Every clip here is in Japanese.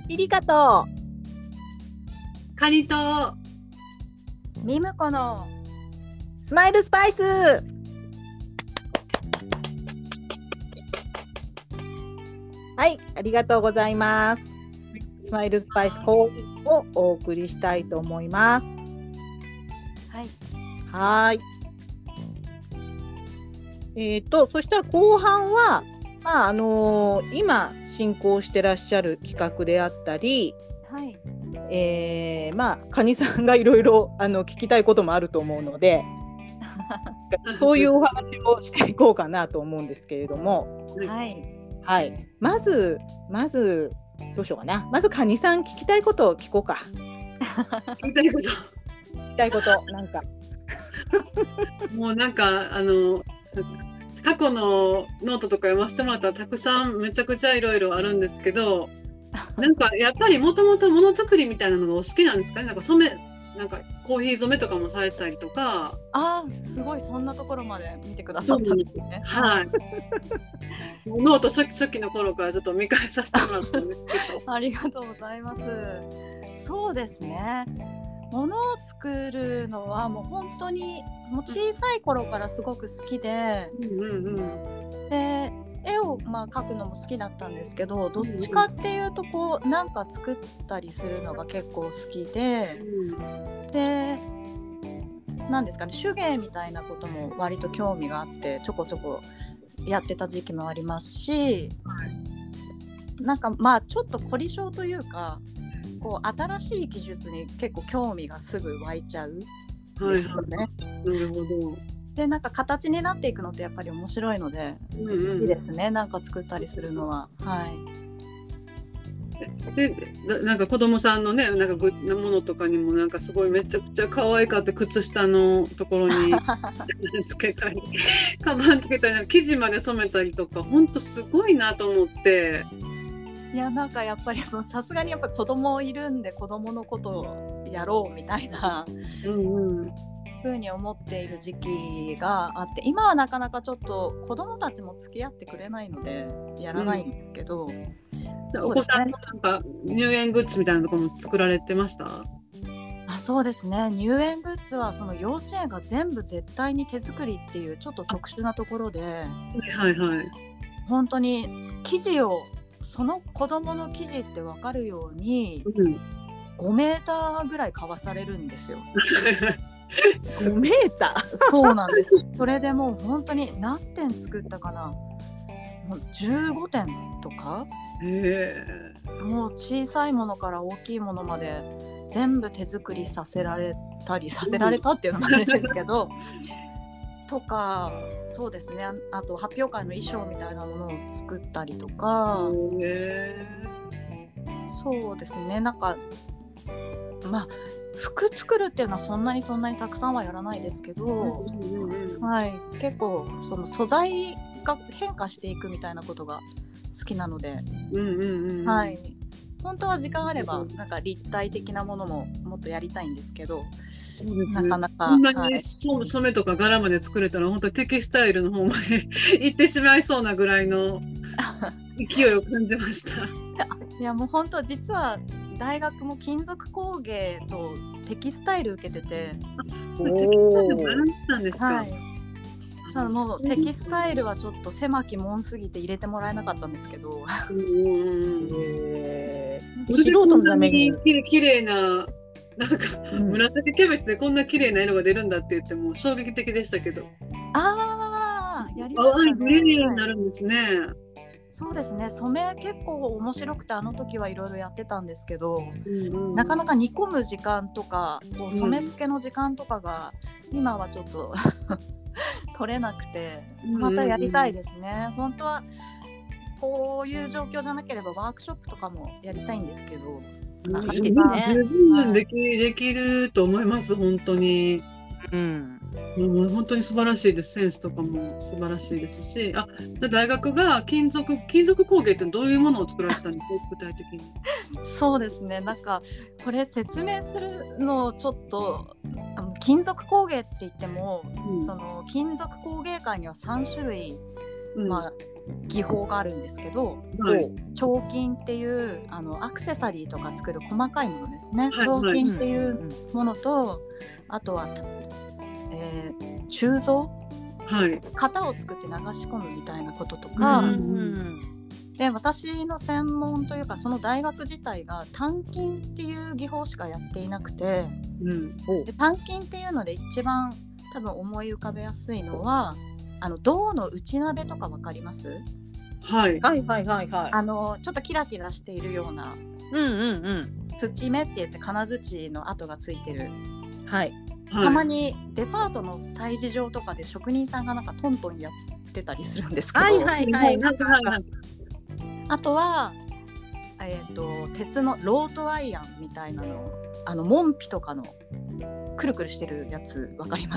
ピリカとカニとミムコのスマイルスパイス。はい、ありがとうございます。スマイルスパイスコーヒーをお送りしたいと思います。 はい。 そしたら後半は、今進行してらっしゃる企画であったり、 はい。 カニさんがいろいろ聞きたいこともあると思うのでそういうお話をしていこうかなと思うんですけれども、 はい。 はい、まずどうしようかな。まずカニさん聞きたいことを聞こうか。 言いたいこと聞きたいことなんかもうなんか過去のノートとか読ませてもらったらたくさんめちゃくちゃいろいろあるんですけど、なんかやっぱりもともとものづくりみたいなのがお好きなんですかね。なんかなんかコーヒー染めとかもされたりとか。 ああ、すごい、そんなところまで見てくださったんですね。 はい。ノート初期の頃からちょっと見返させてもらったんですけど。 ありがとうございます。そうですね。物を作るのはもう本当にもう小さい頃からすごく好きで、で絵を描くのも好きだったんですけど、どっちかっていうとこうなんか作ったりするのが結構好きで、でなんですかね、手芸みたいなことも割と興味があってちょこちょこやってた時期もありますし、なんかちょっと凝り性というか、こう新しい技術に結構興味がすぐ湧いちゃうんですよね。 なるほど。でなんか形になっていくのってやっぱり面白いので、好きですね。なんか作ったりするのは。はい。 でなんか子供さんのね、なんかものとかにもなんかすごいめちゃくちゃ可愛かった靴下のところにつけたりカバンつけたり、なんか生地まで染めたりとか、ほんとすごいなと思って。 いや、なんかやっぱりさすがにやっぱり子供いるんで、子供のことをやろうみたいな風に思っている時期があって、今はなかなかちょっと子供たちも付き合ってくれないのでやらないんですけど、 お子さんのなんか入園グッズみたいなところも作られてました？ そうですね。入園グッズはその幼稚園が全部絶対に手作りっていうちょっと特殊なところで、本当に生地をその子供の生地って分かるように、5メーターぐらい買わされるんですよ。 5メーターそうなんです。それでもう本当に何点作ったかな、もう15点とか、もう小さいものから大きいものまで全部手作りさせられたっていうのもあるんですけどとか、そうですね。あと発表会の衣装みたいなものを作ったりとか、そうですね。なんか服作るっていうのはそんなにたくさんはやらないですけど、結構その素材が変化していくみたいなことが好きなので、本当は時間あればなんか立体的なものももっとやりたいんですけど、なかなかこんなに染めとか柄まで作れたら本当にテキスタイルの方まで行ってしまいそうなぐらいの勢いを感じました。 いやもう本当、実は大学も金属工芸とテキスタイル受けてて、 テキスタイルもやられてたんですか？ ただもうテキスタイルはちょっと狭き門すぎて入れてもらえなかったんですけど、 素人のために綺麗な、なんか紫キャベツでこんな綺麗な色が出るんだって言っても衝撃的でしたけど。 やりましたね。 グレーになるんですね。 そうですね。染め結構面白くて、あの時はいろいろやってたんですけど、なかなか煮込む時間とかこう染め付けの時間とかが今はちょっと取れなくて、またやりたいですね。本当はこういう状況じゃなければワークショップとかもやりたいんですけど、 いいですね。 十分できると思います。本当に。もう本当に素晴らしいです。センスとかも素晴らしいですし、大学が金属工芸ってどういうものを作られたんですか、具体的に？ そうですね。なんかこれ説明するのちょっと金属工芸って言っても、その金属工芸界には3種類まあ、技法があるんですけど、彫金っていうアクセサリーとか作る細かいものですね。彫金っていうものと、あとは、鋳造、型を作って流し込むみたいなこととか、で私の専門というかその大学自体が鍛金っていう技法しかやっていなくて、で鍛金っていうので一番多分思い浮かべやすいのは銅の内鍋とかわかります？ はいはいはいはいちょっとキラキラしているような、土目って言って金槌の跡がついてる、たまにデパートの催事場とかで職人さんがなんかトントンやってたりするんですけど、あとは、鉄のロートアイアンみたいなの、門扉とかのくるくるしてるやつわかります？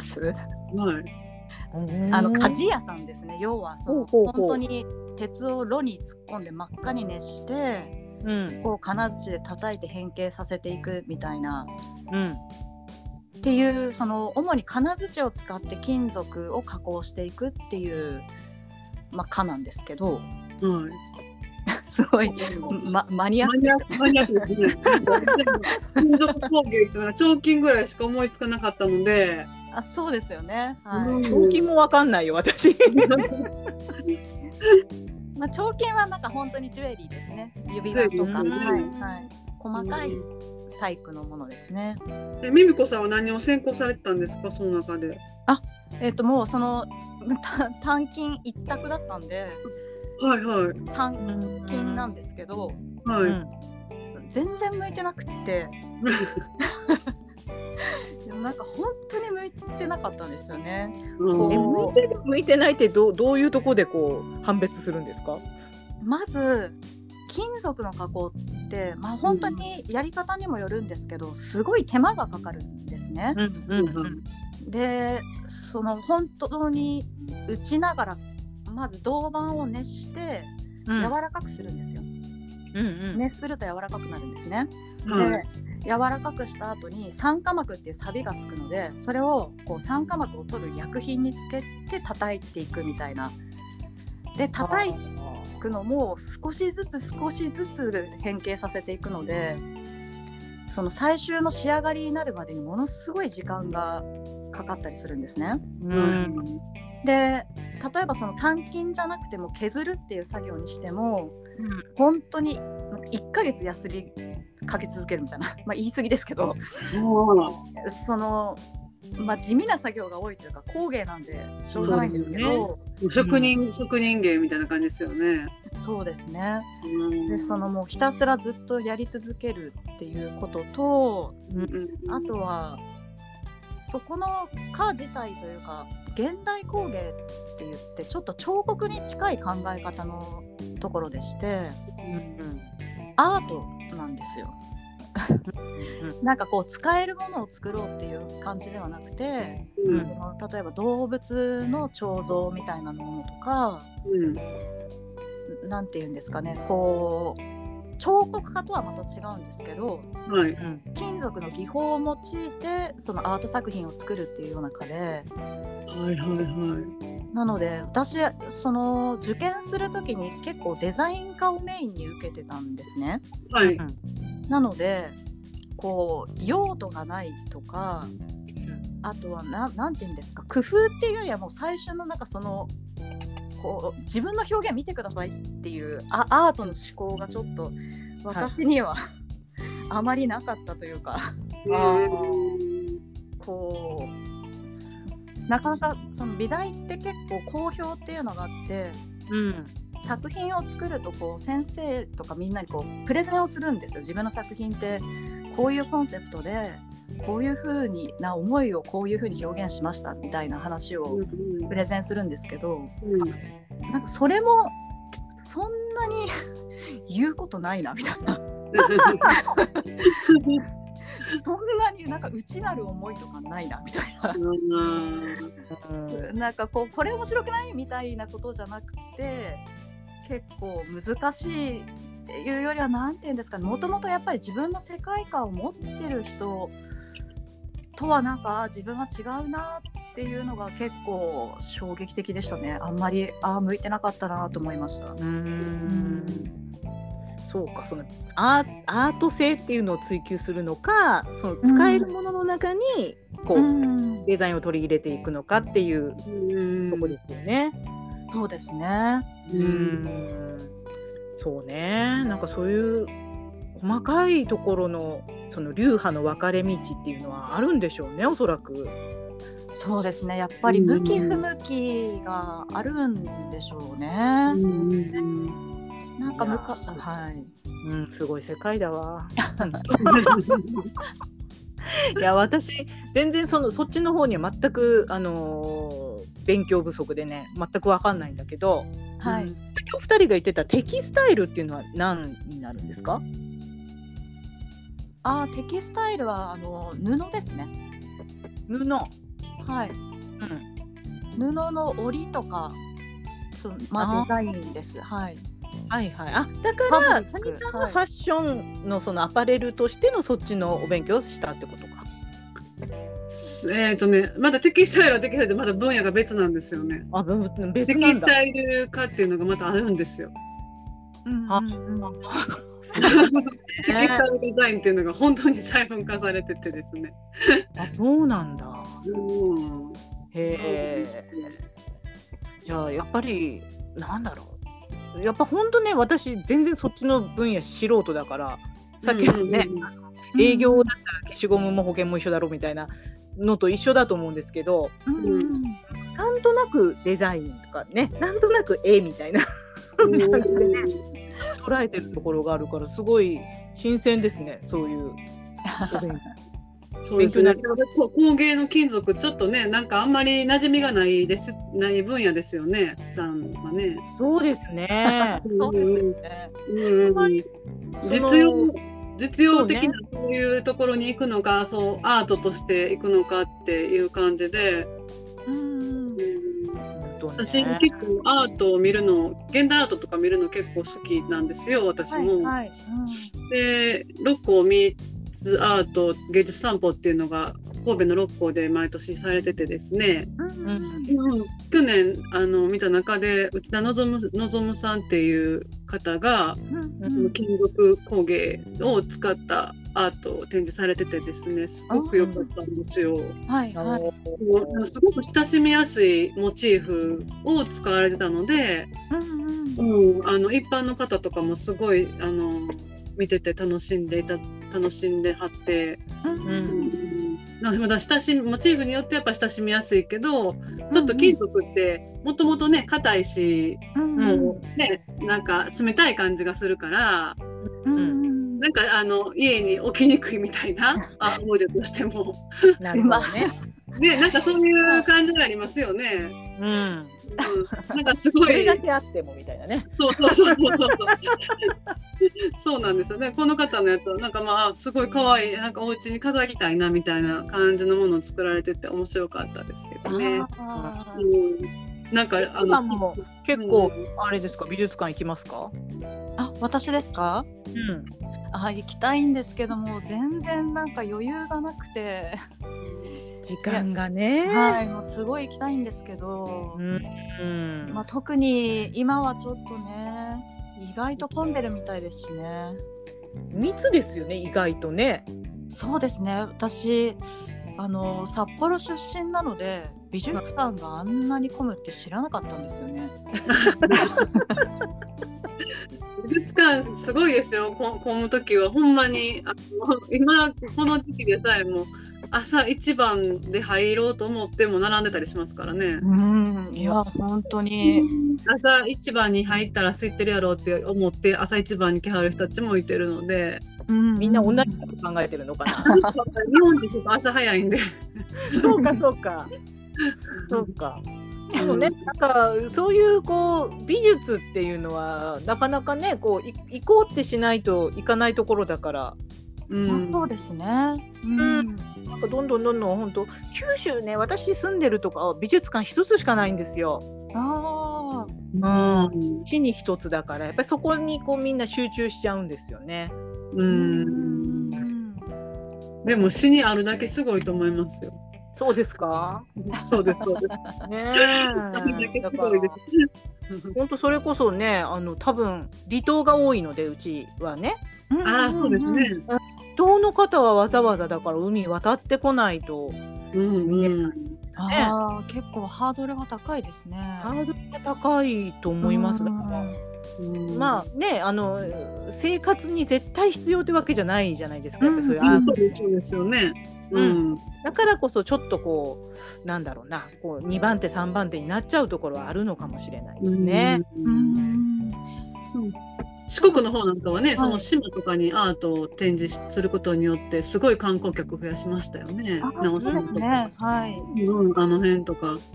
鍛冶屋さんですね。要は本当に鉄を炉に突っ込んで真っ赤に熱して、こう金槌で叩いて変形させていくみたいな、っていう主に金槌を使って金属を加工していくっていう、科なんですけど、すごい、マニアックですね。マニアックですね。 金属工芸とか彫金ぐらいしか思いつかなかったので。 そうですよね。 彫金もわかんないよ私。 彫金はなんか本当にジュエリーですね。指輪とか、細かい細工のものですね。 ミミコさんは何を専攻されてたんですか、その中で？ もう鍛金一択だったんで、鍛金なんですけど、全然向いてなくってでもなんか本当に向いてなかったんですよね。 向いてないってどういうところでこう判別するんですか？まず金属の加工って、本当にやり方にもよるんですけど、すごい手間がかかるんですね。で本当に打ちながらまず銅板を熱して柔らかくするんですよ。熱すると柔らかくなるんですね。で柔らかくした後に酸化膜っていうサビがつくので、それをこう酸化膜を取る薬品につけて叩いていくみたいな。で叩いくのも少しずつ変形させていくので、その最終の仕上がりになるまでにものすごい時間がかかったりするんですね。で例えば鍛金じゃなくても削るっていう作業にしても、本当に1ヶ月やすりかけ続けるみたいな言い過ぎですけど地味な作業が多いというか工芸なんでしょうがないんですけど、 職人芸みたいな感じですよね。 そうですね。でもうひたすらずっとやり続けるっていうことと、あとはそこの科自体というか現代工芸って言ってちょっと彫刻に近い考え方のところでして、アートなんですよ。なんかこう使えるものを作ろうっていう感じではなくて、例えば動物の彫像みたいなものとか、なんていうんですかね、こう彫刻家とはまた違うんですけど、金属の技法を用いてそのアート作品を作るっていうような中で、なので私受験する時に結構デザイン科をメインに受けてたんですね。なのでこう用途がないとか、あとはなんていうんですか、工夫っていうよりはもう最初のこう自分の表現見てくださいっていうアートの思考がちょっと私には、あまりなかったというかこうなかなか美大って結構好評っていうのがあって、作品を作るとこう先生とかみんなにこうプレゼンをするんですよ。自分の作品ってこういうコンセプトでこういう風な思いをこういう風に表現しましたみたいな話をプレゼンするんですけど、なんかそれもそんなに言うことないなみたいなそんなになんか内なる思いとかないなみたいななんかこれ面白くないみたいなことじゃなくて、結構難しいっていうよりはなんていうんですかね、もともとやっぱり自分の世界観を持ってる人とはなんか自分は違うなっていうのが結構衝撃的でしたね。あんまり向いてなかったなと思いました。 そうか、そのアート性っていうのを追求するのか、その使えるものの中にこう、デザインを取り入れていくのかっていうとこですよね。 そうですね。 そうね、なんかそういう細かいところのその流派の分かれ道っていうのはあるんでしょうね、おそらく。 そうですね、やっぱり向き不向きがあるんでしょうね。なんかはい、 すごい世界だわ。いや、私全然そっちの方には全く勉強不足でね、全く分かんないんだけど、 はい、 さっきお二人が言ってたテキスタイルっていうのは何になるんですか？ テキスタイルは布ですね。 布。 はい。布の織りとか、デザインです。はい。 はいはい。だから谷さんがファッションのそのアパレルとしてのそっちのお勉強をしたってことか。 まだテキスタイルはテキスタイルでまだ分野が別なんですよね。別なんだ。テキスタイル科っていうのがまたあるんですよ。テキスタイルデザインっていうのが本当に細分化されててですね。 そうなんだ。へえ。じゃあやっぱりなんだろう。やっぱ本当ね、私全然そっちの分野素人だから、さっきのね、営業だったら消しゴムも保険も一緒だろうみたいなのと一緒だと思うんですけど、なんとなくデザインとかね、なんとなく絵みたいな感じでね捉えてるところがあるから、すごい新鮮ですね、そういうそうですね。工芸の金属ちょっとね、なんかあんまり馴染みがない分野ですよね。普段はね。 そうですね。 そうですね。 実用的なそういうところに行くのか、そうアートとして行くのかっていう感じで。私結構アートを見るの、現代アートとか見るの結構好きなんですよ、私も。で、六甲ミーツアート芸術散歩っていうのが神戸の六甲で毎年されててですね、去年見た中で内田望さんっていう方が、その金属工芸を使ったアートを展示されててですね、すごく良かったんですよ。すごく親しみやすいモチーフを使われてたので、一般の方とかもすごい見てて楽しんではって、モチーフによってやっぱ親しみやすいけど、ちょっと金属ってもともとね硬いし、もうねなんか冷たい感じがするから、なんか家に置きにくいみたいなオブジェとしてもなるほどね。 ね、なんかそういう感じがありますよね。なんかすごい。 それだけあってもみたいなね。 そうなんですよね。この方のやつはなんかすごい可愛い、なんかお家に飾りたいなみたいな感じのものを作られてて面白かったですけどね。なんか今も結構あれですか、美術館行きますか？ 私ですか？行きたいんですけども、全然なんか余裕がなくて。 時間がね。 もうすごい行きたいんですけど、特に今はちょっとね、意外と混んでるみたいですしね。 密ですよね、意外とね。 そうですね。私札幌出身なので、美術館があんなに混むって知らなかったんですよね。 美術館すごいですよ、混む時は。ほんまに今この時期でさえも朝一番で入ろうと思っても並んでたりしますからね。 いや本当に朝一番に入ったら空いてるやろうって思って朝一番に来はる人たちもいてるので、 みんな同じこと考えてるのかな。 日本で朝早いんで。 そうか。でもね、なんかそういう美術っていうのはなかなかね、行こうってしないといかないところだから。 そうですね。 なんかどんどん本当九州ね、私住んでるとか美術館一つしかないんですよ。地に一つだから、やっぱりそこにみんな集中しちゃうんですよね。 でも市にあるだけすごいと思いますよ。 そうですか。 そうですそうです。 ねえ。だからすごいです本当それこそね、多分離島が多いのでうちはね。 ああ、そうですね。 離島の方はわざわざだから海渡ってこないと見えない。 ああ、結構ハードルが高いですね。 ハードルが高いと思います。だからまあね、生活に絶対必要ってわけじゃないじゃないですか。やっぱりそういうアートって。 そうですよね。 だからこそちょっとこうなんだろうな、こう2番手3番手になっちゃうところはあるのかもしれないですね。 四国の方なんかはね、その島とかにアートを展示することによってすごい観光客増やしましたよね。 そうですね。はい。 あの辺とか。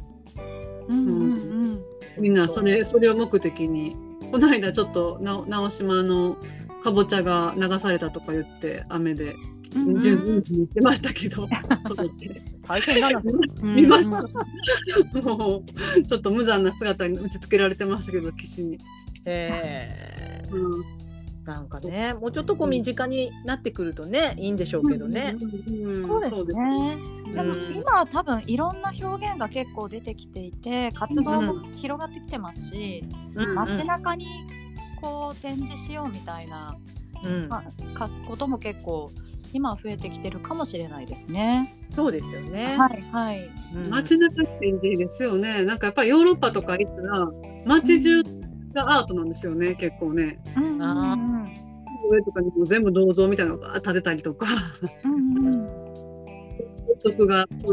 みんなそれを目的に、この間ちょっと直島のかぼちゃが流されたとか言って雨で十分に言ってましたけど、 大変だな。 見ました。もうちょっと無残な姿に打ち付けられてましたけど、岸に。 なんかね、もうちょっとこう身近になってくるとね、いいんでしょうけどね。 そうですね。でも今は多分いろんな表現が結構出てきていて、活動も広がってきてますし、街中にこう展示しようみたいなことも結構今は増えてきてるかもしれないですね。 そうですよね。 はいはい。 街中展示ですよね。なんかやっぱりヨーロッパとか行ったら街中がアートなんですよね、結構ね。上とかにも全部銅像みたいなのが立てたりとか。装飾がそう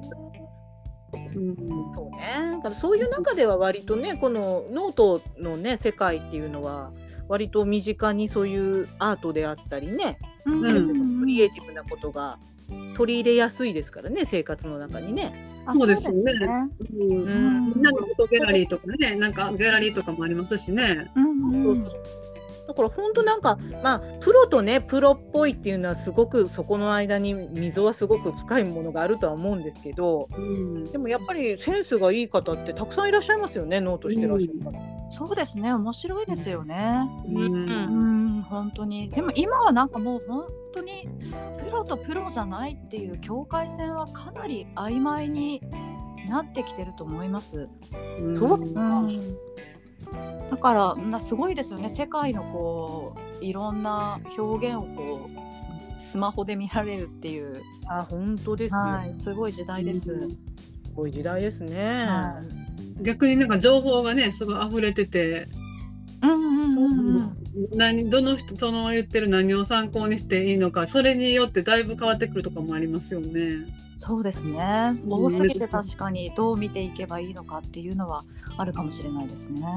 ね。だからそういう中では割とね、このノートのね世界っていうのは割と身近にそういうアートであったりね、クリエイティブなことが取り入れやすいですからね、生活の中にね。 そうですよね。みんなのフォトギャラリーとかね、なんかギャラリーとかもありますしね。 だから本当なんかまあプロとねプロっぽいっていうのはすごくそこの間に溝はすごく深いものがあるとは思うんですけど、でもやっぱりセンスがいい方ってたくさんいらっしゃいますよね、ノートしてらっしゃる方。 そうですね、面白いですよね。本当に。でも今はなんかもう本当にプロとプロじゃないっていう境界線はかなり曖昧になってきてると思います。だからすごいですよね。世界のこういろんな表現をこうスマホで見られるっていう。 本当ですよ。 すごい時代です。 すごい時代ですね。 逆になんか情報がねすごい溢れてて、どの人の言ってる何を参考にしていいのか、それによってだいぶ変わってくるとかもありますよね。 そうですね。多すぎて確かにどう見ていけばいいのかっていうのはあるかもしれないですね。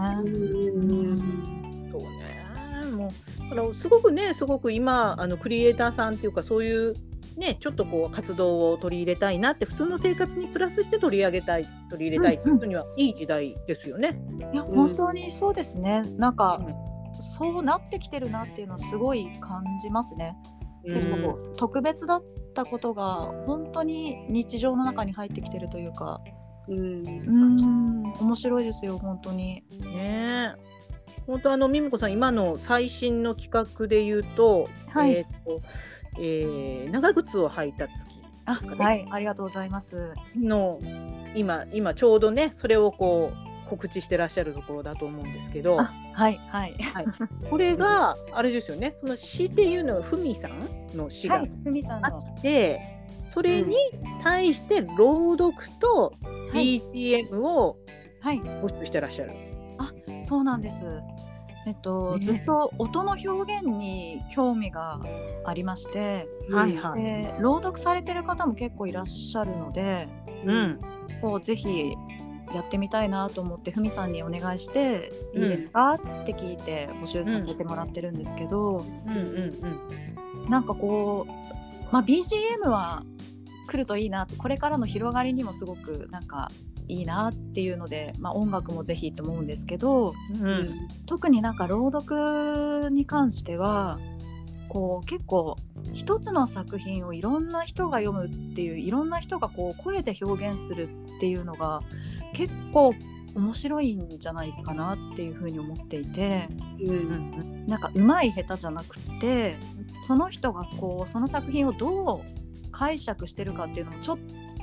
そうね。もうだからすごく今クリエイターさんっていうかそういうねちょっとこう活動を取り入れたいなって普通の生活にプラスして取り入れたいっていう人にはいい時代ですよね。 いや本当にそうですね。なんか、そうなってきてるなっていうのはすごい感じますね。結構特別だったことが本当に日常の中に入ってきてるというか、面白いですよ本当に。 ねえ。本当ミミコさん今の最新の企画で言うと、長靴を履いた月ですかね。 はい、ありがとうございます。 今ちょうどねそれをこう告知してらっしゃるところだと思うんですけど、これがあれですよね。その詩っていうのはふみさんの詩があって、それに対して朗読と BGM を募集してらっしゃる。 そうなんです。ずっと音の表現に興味がありまして、朗読されてる方も結構いらっしゃるので、ぜひやってみたいなと思ってふみさんにお願いしていいですかって聞いて募集させてもらってるんですけど、なんかこう、BGM は来るといいなって、これからの広がりにもすごくなんかいいなっていうので、音楽もぜひと思うんですけど、特になんか朗読に関してはこう結構一つの作品をいろんな人が読むっていう、いろんな人がこう声で表現するっていうのが結構面白いんじゃないかなっていうふうに思っていて、なんか上手い下手じゃなくて、その人がこうその作品をどう解釈してるかっていうのをちょっ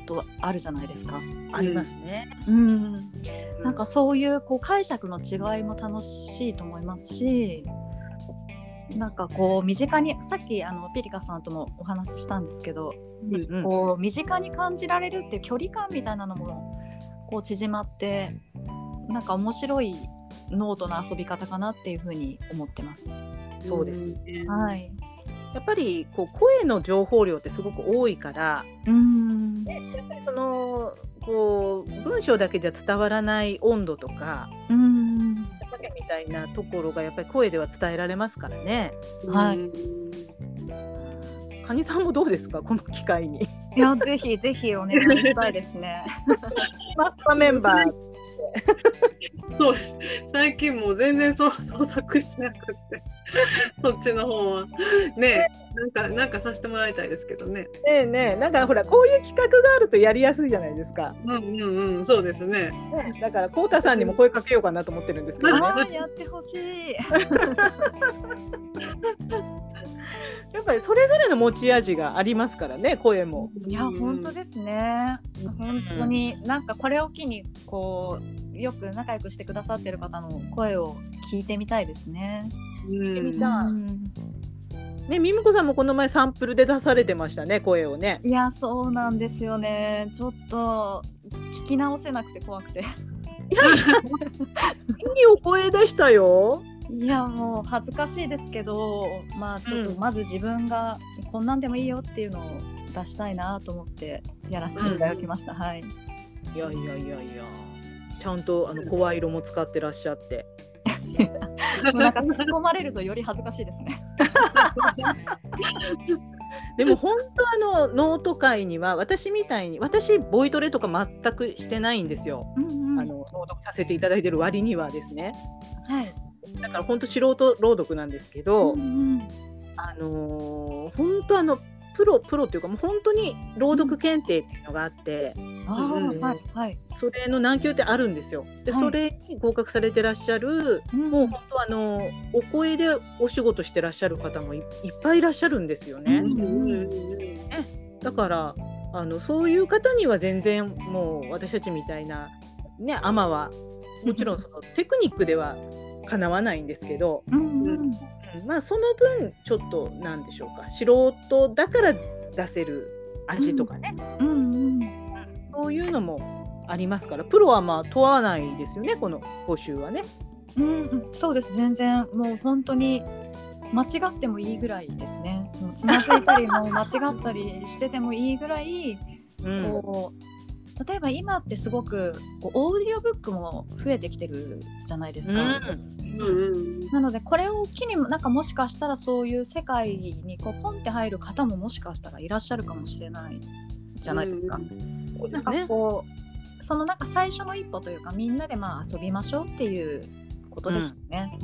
とあるじゃないですか。 ありますね。 なんかそういうこう解釈の違いも楽しいと思いますし、なんかこう身近にさっきピリカさんともお話ししたんですけど、こう身近に感じられるっていう距離感みたいなのもこう縮まって、なんか面白いノートの遊び方かなっていうふうに思ってます。 そうですね。 はい。 やっぱりこう声の情報量ってすごく多いから、やっぱりそのこう文章だけじゃ伝わらない温度とか、みたいなところがやっぱり声では伝えられますからね。 はい。 カニさんもどうですか、この機会に。 いや、ぜひぜひお願いしたいですね。 マスターメンバー。 そうです。最近もう全然創作してなくてそっちの方はね、なんかさせてもらいたいですけどね。 なんかほらこういう企画があるとやりやすいじゃないですか。 そうですね。 だからコウタさんにも声かけようかなと思ってるんですけどね。 やってほしい。 やっぱりそれぞれの持ち味がありますからね、声も。 いや本当ですね。本当になんかこれを機にこうよく仲良くしてくださってる方の声を聞いてみたいですね。 聞いてみたい。ね、ミミコさんもこの前サンプルで出されてましたね、声をね。 いやそうなんですよね。ちょっと聞き直せなくて怖くて。いいお声でしたよ。 いやもう恥ずかしいですけど、まあちょっとまず自分がこんなんでもいいよっていうのを出したいなと思ってやらせていただきました。はい。 いやちゃんと声色も使ってらっしゃって。 なんか突っ込まれるとより恥ずかしいですね。 でも本当ノート界には私みたいに、私ボイトレとか全くしてないんですよ。朗読させていただいてる割にはですね。 はい。 だから本当素人朗読なんですけど、本当プロっていうかもう本当に朗読検定っていうのがあって、それの難級ってあるんですよ。で、それに合格されてらっしゃる、もう本当お声でお仕事してらっしゃる方もいっぱいいらっしゃるんですよね。だからそういう方には全然もう私たちみたいなね、アマはもちろんそのテクニックではかなわないんですけど、まあその分ちょっとなんでしょうか、素人だから出せる味とかね、そういうのもありますから、プロはまあ問わないですよね、この募集はね。 そうです。全然もう本当に間違ってもいいぐらいですね。もうつまずいたりも間違ったりしててもいいぐらい、こう例えば今ってすごくオーディオブックも増えてきてるじゃないですか。なのでこれを機になんかもしかしたらそういう世界にこうポンって入る方ももしかしたらいらっしゃるかもしれないじゃないですか。なんかこうそのなんか最初の一歩というか、みんなでまあ遊びましょうっていうことでしたね。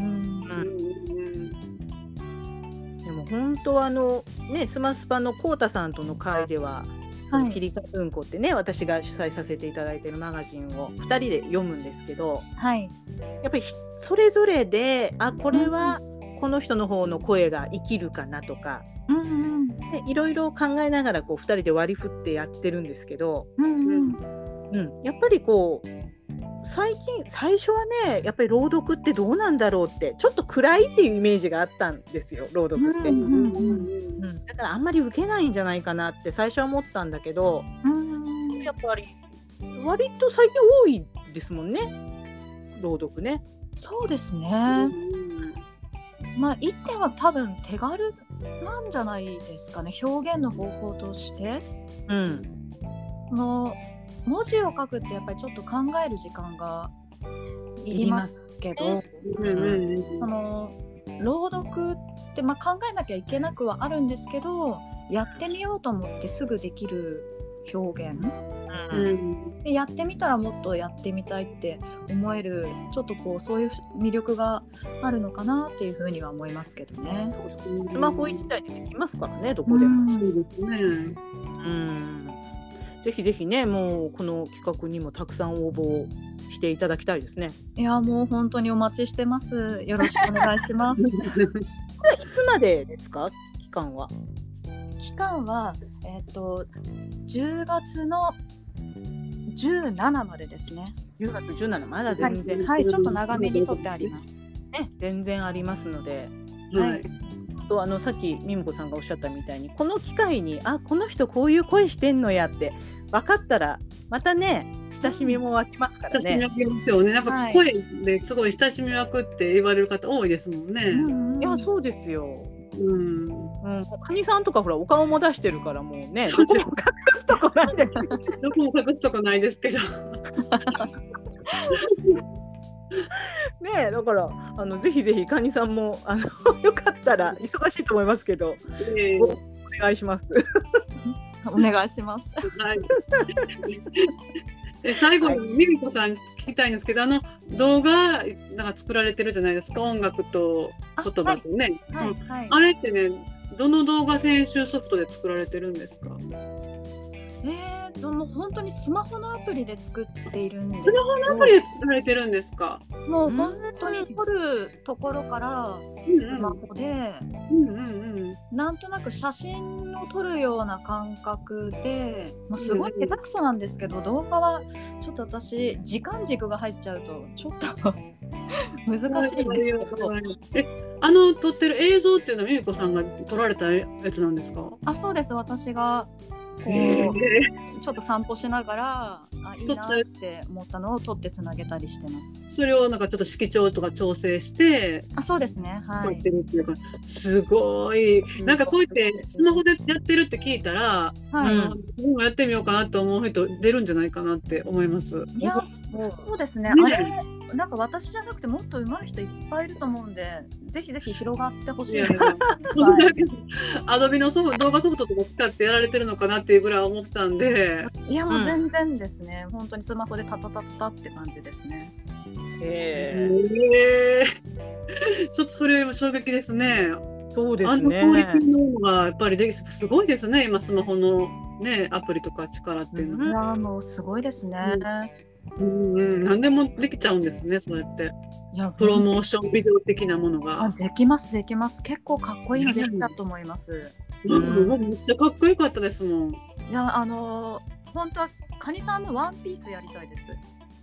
でも本当はね、スマスパのコウタさんとの会では、キリカ文庫ってね、私が主催させていただいているマガジンを2人で読むんですけど、やっぱりそれぞれでこれはこの人の方の声が生きるかなとか、いろいろ考えながらこう2人で割り振ってやってるんですけど、やっぱりこう最初はね、やっぱり朗読ってどうなんだろうってちょっと暗いっていうイメージがあったんですよ、朗読って。だからあんまり受けないんじゃないかなって最初は思ったんだけど、やっぱり割と最近多いですもんね、朗読ね。 そうですね。まあ一点は多分手軽なんじゃないですかね、表現の方法として。文字を書くってやっぱりちょっと考える時間がいりますけど、朗読ってまあ考えなきゃいけなくはあるんですけど、やってみようと思ってすぐできる表現、でやってみたらもっとやってみたいって思える、ちょっとこうそういう魅力があるのかなっていうふうには思いますけどね。 スマホ1台でできますからね、どこでも。ぜひぜひね、もうこの企画にもたくさん応募していただきたいですね。 いやもう本当にお待ちしてます。よろしくお願いします。これいつまでですか、期間は？ 期間は 10月の17までですね。 10月17まだ全然、 はい、ちょっと長めに撮ってあります。 ね、全然ありますので、 はい。 とさっきみむこさんがおっしゃったみたいにこの機会にこの人こういう声してんのやって分かったらまたね親しみも湧きますからね。 親しみ湧きますよね。やっぱ声ですごい親しみ湧くって言われる方多いですもんね。 いやそうですよ。カニさんとかほらお顔も出してるからもうねどこも隠すとこないんだけどどこも隠すとこないですけどねえだからぜひぜひカニさんもよかったら忙しいと思いますけど、お願いしますお願いします。 はい最後にミミコさんに聞きたいんですけど、動画なんか作られてるじゃないですか、音楽と言葉とね。あれってね、どの動画編集ソフトで作られてるんですか？ もう本当にスマホのアプリで作っているんです。 スマホのアプリで作られてるんですか？ もう本当に撮るところからスマホで、なんとなく写真を撮るような感覚で、もうすごい下手くそなんですけど、動画はちょっと私時間軸が入っちゃうとちょっと難しいんですけど。 撮ってる映像っていうのはミミコさんが撮られたやつなんですか？ そうです。私がこうちょっと散歩しながらいいなって思ったのを撮ってつなげたりしてます。 それをなんかちょっと色調とか調整してそうですね、はい、 撮ってるっていうか、すごいなんかこうやってスマホでやってるって聞いたら、自分もやってみようかなと思う人出るんじゃないかなって思います。 いやそうですね、あれなんか私じゃなくてもっと上手い人いっぱいいると思うんで、ぜひぜひ広がってほしいです。 アドビの動画ソフトとか使ってやられてるのかなっていうぐらい思ってたんで。 いやもう全然ですね、本当にスマホでタタタタって感じですね。 ちょっとそれも衝撃ですね。 そうですね。 クオリティのがやっぱりすごいですね、今スマホのねアプリとか力っていうのは。 いやもうすごいですね。 何でもできちゃうんですね、そうやって。プロモーションビデオ的なものが。 できますできます。結構かっこいいのできたと思います。 めっちゃかっこよかったですもん。 いや本当はカニさんのワンピースやりたいです。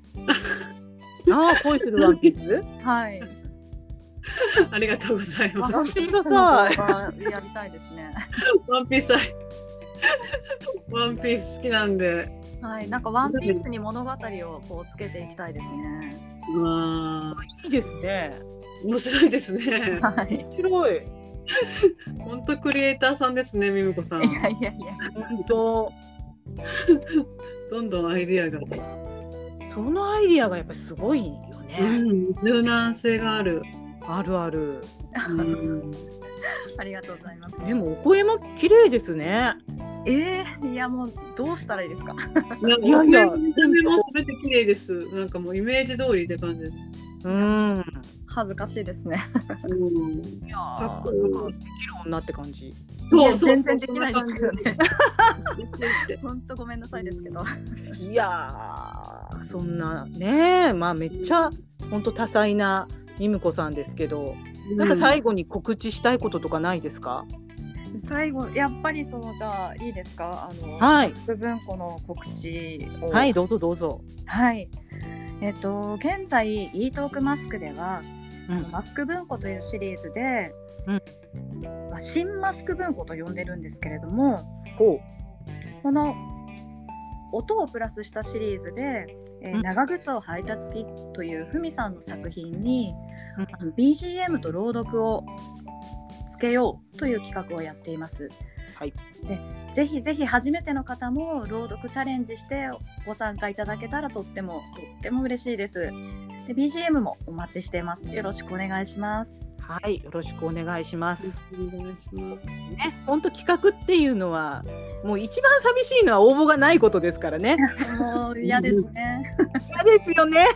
恋するワンピース？ はい。 ありがとうございます。 ワンピースの動画やりたいですね。 ワンピースワンピース好きなんで。 はい、なんかワンピースに物語をこうつけていきたいですね。 いいですね。 面白いですね。 はい。 面白い。 本当クリエイターさんですね、ミミコさん。 いや本当。 どんどんアイディアが。 そのアイディアがやっぱりすごいよね。 柔軟性がある。 あるある。 ありがとうございます。 でもお声も綺麗ですね。 いやもうどうしたらいいですか。 いや見た目も全て綺麗です。なんかもうイメージ通りって感じです。 恥ずかしいですね。 いやかっこいい。できる女って感じ。 そう全然できないですけどね。本当ごめんなさいですけど。 いやそんなねまあめっちゃ本当多彩なミムコさんですけど、なんか最後に告知したいこととかないですか？ 最後やっぱりじゃあいいですか、 はい。 マスク文庫の告知を。 はい、どうぞどうぞ。 はい。現在イートークマスクでは、マスク文庫というシリーズで、新マスク文庫と呼んでるんですけれども、この音をプラスしたシリーズで、長靴を履いた月というふみさんの作品に、BGM と朗読をつけようという企画をやっています。 はい。 でぜひぜひ初めての方も朗読チャレンジしてご参加いただけたらとっても嬉しいです。で BGM もお待ちしています。よろしくお願いします。 はい、よろしくお願いします。 お願いします。 ね、本当企画っていうのはもう一番寂しいのは応募がないことですからね。 もう嫌ですね。 嫌ですよね。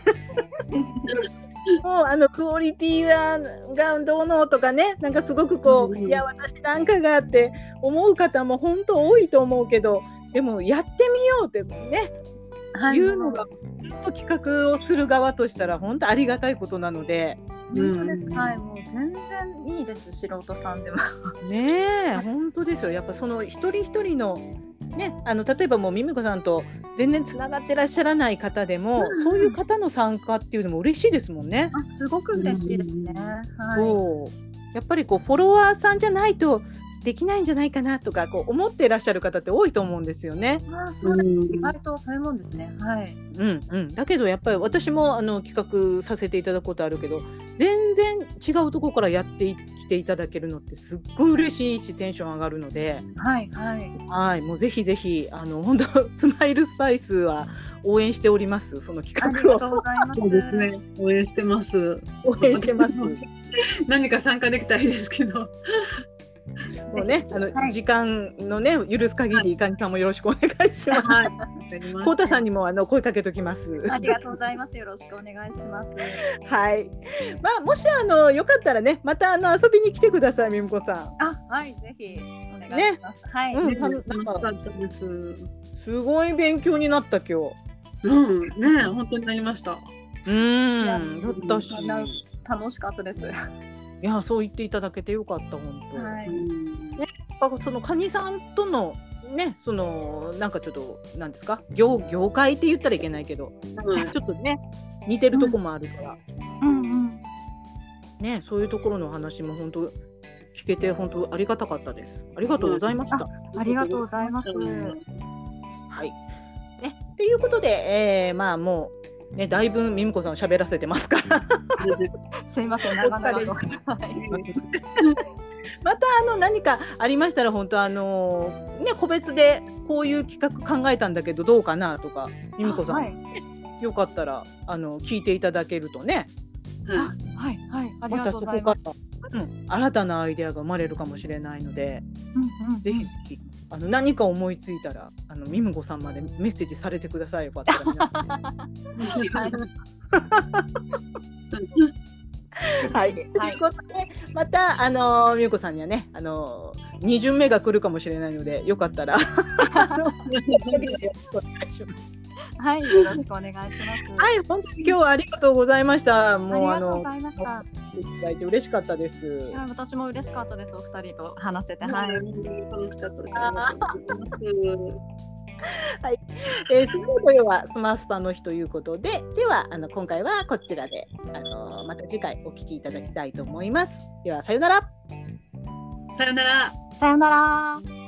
もうクオリティがどうのとかね、なんかすごくいや私なんかがって思う方も本当多いと思うけど、でもやってみようってね、いうのが本当企画をする側としたら本当ありがたいことなので。 本当です。はい、もう全然いいです、素人さんでも。 ねえ、本当ですよ。やっぱその一人一人のね、例えばもうミミコさんと全然つながってらっしゃらない方でも、そういう方の参加っていうのも嬉しいですもんね。 すごく嬉しいですね。 そうやっぱりこうフォロワーさんじゃないとできないんじゃないかなとかこう思っていらっしゃる方って多いと思うんですよね。 そうです。意外とそういうもんですね。 だけどやっぱり私も企画させていただくことあるけど、全然違うところからやってきていただけるのってすっごい嬉しいしテンション上がるので、もうぜひぜひ本当スマイルスパイスは応援しております。その企画を。 ありがとうございます。 そうですね。応援してます。 応援してます。 何か参加できたらいいですけど。 もうね、時間のね許す限りいかにさんもよろしくお願いします。コウタさんにも声かけときます。 ありがとうございます。よろしくお願いします。 はい。もしよかったらね、また遊びに来てください、ミミコさん。 ぜひお願いします。 楽しかったです。 すごい勉強になった今日。 ね、本当になりました。 私楽しかったです。 いや、そう言っていただけてよかった本当。ね、そのカニさんとのね、なんかちょっとなんですか、業界って言ったらいけないけど、ちょっとね似てるとこもあるから、ね、そういうところの話も本当聞けて本当ありがたかったです。ありがとうございました。 ありがとうございます。 はい。ね、ということで、もうね、だいぶミミコさんを喋らせてますからすいません、長々とまた何かありましたら本当ね、個別でこういう企画考えたんだけどどうかなとか、ミミコさん、よかったら聞いていただけるとね、 ありがとうございます。 新たなアイデアが生まれるかもしれないので、ぜひぜひ何か思いついたらミミコさんまでメッセージされてください。よかったら皆さん。はい。ということでまたミミコさんにはね2巡目が来るかもしれないので、よかったらよろしくお願いします。 はい、よろしくお願いします。 はい、本当に今日はありがとうございました。もうありがとうございました。 いただいて嬉しかったです。 私も嬉しかったです。お二人と話せて、 楽しかったです。 はい、水曜日はスマスパの日ということで、では今回はこちらでまた次回お聞きいただきたいと思います。ではさよなら。 さよなら。 さよなら。